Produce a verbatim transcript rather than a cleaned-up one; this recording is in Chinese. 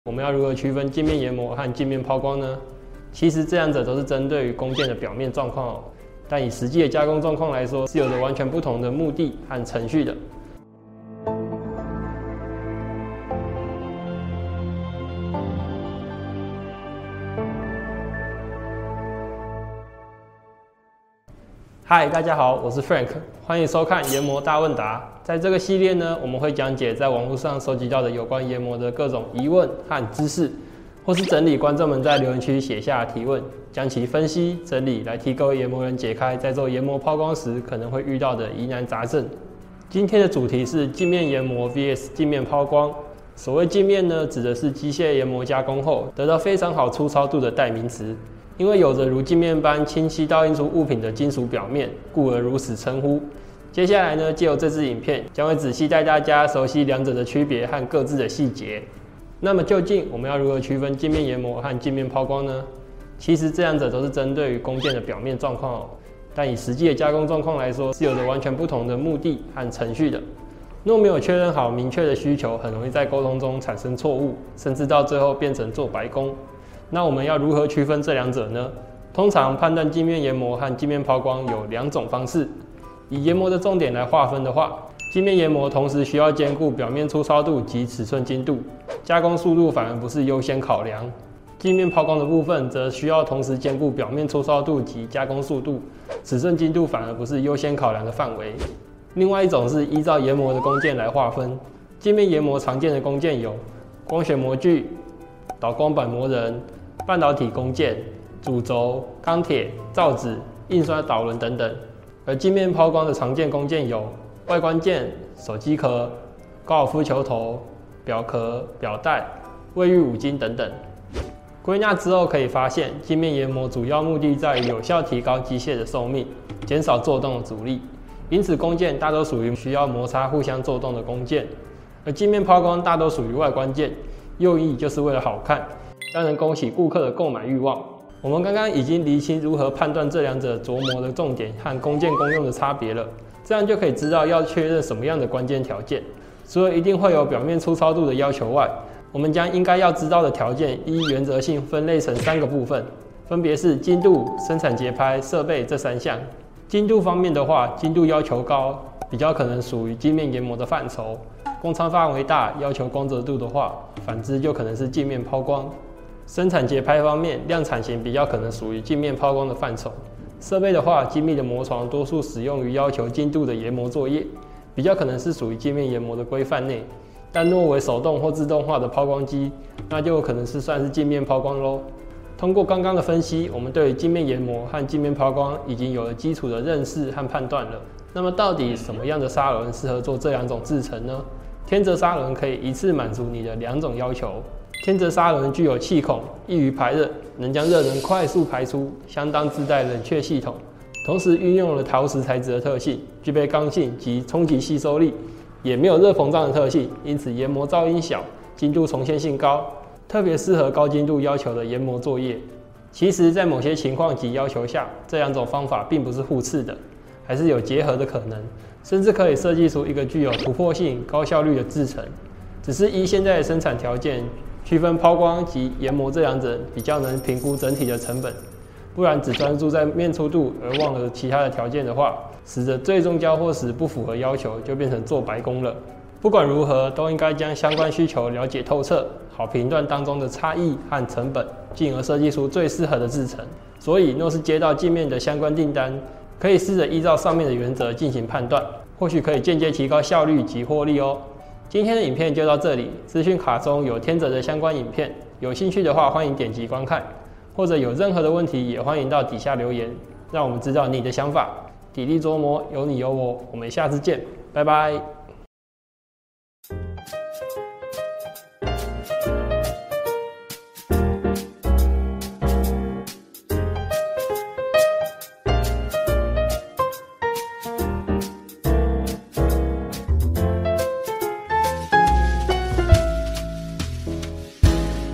我们要如何区分镜面研磨和镜面抛光呢？其实这两者都是针对于工件的表面状况哦，但以实际的加工状况来说，是有着完全不同的目的和程序的。嗨，大家好，我是 Frank， 欢迎收看研磨大问答。在这个系列呢，我们会讲解在网络上收集到的有关研磨的各种疑问和知识，或是整理观众们在留言区写下的提问，将其分析整理，来替各位研磨人解开在做研磨抛光时可能会遇到的疑难杂症。今天的主题是镜面研磨 V S 镜面抛光。所谓镜面呢，指的是机械研磨加工后得到非常好粗糙度的代名词。因为有着如镜面般清晰倒映出物品的金属表面，故而如此称呼。接下来呢，借由这支影片，将会仔细带大家熟悉两者的区别和各自的细节。那么究竟我们要如何区分镜面研磨和镜面抛光呢？其实这两者都是针对于工件的表面状况哦，但以实际的加工状况来说，是有着完全不同的目的和程序的。若没有确认好明确的需求，很容易在沟通中产生错误，甚至到最后变成做白工。那我们要如何区分这两者呢？通常判断镜面研磨和镜面抛光有两种方式。以研磨的重点来划分的话，镜面研磨同时需要兼顾表面粗糙度及尺寸精度，加工速度反而不是优先考量。镜面抛光的部分则需要同时兼顾表面粗糙度及加工速度，尺寸精度反而不是优先考量的范围。另外一种是依照研磨的工件来划分，镜面研磨常见的工件有光学模具、导光板磨人、半导体工件、主轴、钢铁、造纸、印刷导轮等等。而镜面抛光的常见工件有外观件、手机壳、高尔夫球头、表壳、表带、卫浴五金等等。归纳之后可以发现，镜面研磨主要目的在于有效提高机械的寿命，减少作动的阻力。因此工件大都属于需要摩擦互相作动的工件，而镜面抛光大都属于外观件，用意就是为了好看，让人勾起顾客的购买欲望。我们刚刚已经厘清如何判断这两者琢磨的重点和工件功用的差别了，这样就可以知道要确认什么样的关键条件。除了一定会有表面粗糙度的要求外，我们将应该要知道的条件依原则性分类成三个部分，分别是精度、生产节拍、设备这三项。精度方面的话，精度要求高，比较可能属于镜面研磨的范畴；工厂范围大，要求光泽度的话，反之就可能是镜面抛光。生产节拍方面，量产型比较可能属于镜面抛光的范畴。设备的话，精密的磨床多数使用于要求精度的研磨作业，比较可能是属于镜面研磨的规范内。但若为手动或自动化的抛光机，那就有可能是算是镜面抛光咯。通过刚刚的分析，我们对于镜面研磨和镜面抛光已经有了基础的认识和判断了。那么到底什么样的砂轮适合做这两种制程呢？天泽砂轮可以一次满足你的两种要求。天泽砂轮具有气孔，易于排热，能将热能快速排出，相当自带冷却系统。同时运用了陶瓷材质的特性，具备刚性及冲击吸收力，也没有热膨胀的特性，因此研磨噪音小，精度重现性高，特别适合高精度要求的研磨作业。其实，在某些情况及要求下，这两种方法并不是互斥的，还是有结合的可能，甚至可以设计出一个具有突破性、高效率的制程。只是依现在的生产条件，区分抛光及研磨这两者比较能评估整体的成本，不然只专注在面粗度而忘了其他的条件的话，使得最终交货时不符合要求，就变成做白工了。不管如何，都应该将相关需求了解透彻，好评断当中的差异和成本，进而设计出最适合的制程。所以，若是接到镜面的相关订单，可以试着依照上面的原则进行判断，或许可以间接提高效率及获利哦。今天的影片就到这里，资讯卡中有天泽的相关影片，有兴趣的话欢迎点击观看，或者有任何的问题也欢迎到底下留言，让我们知道你的想法。砥砺琢磨，有你有我，我们下次见，拜拜。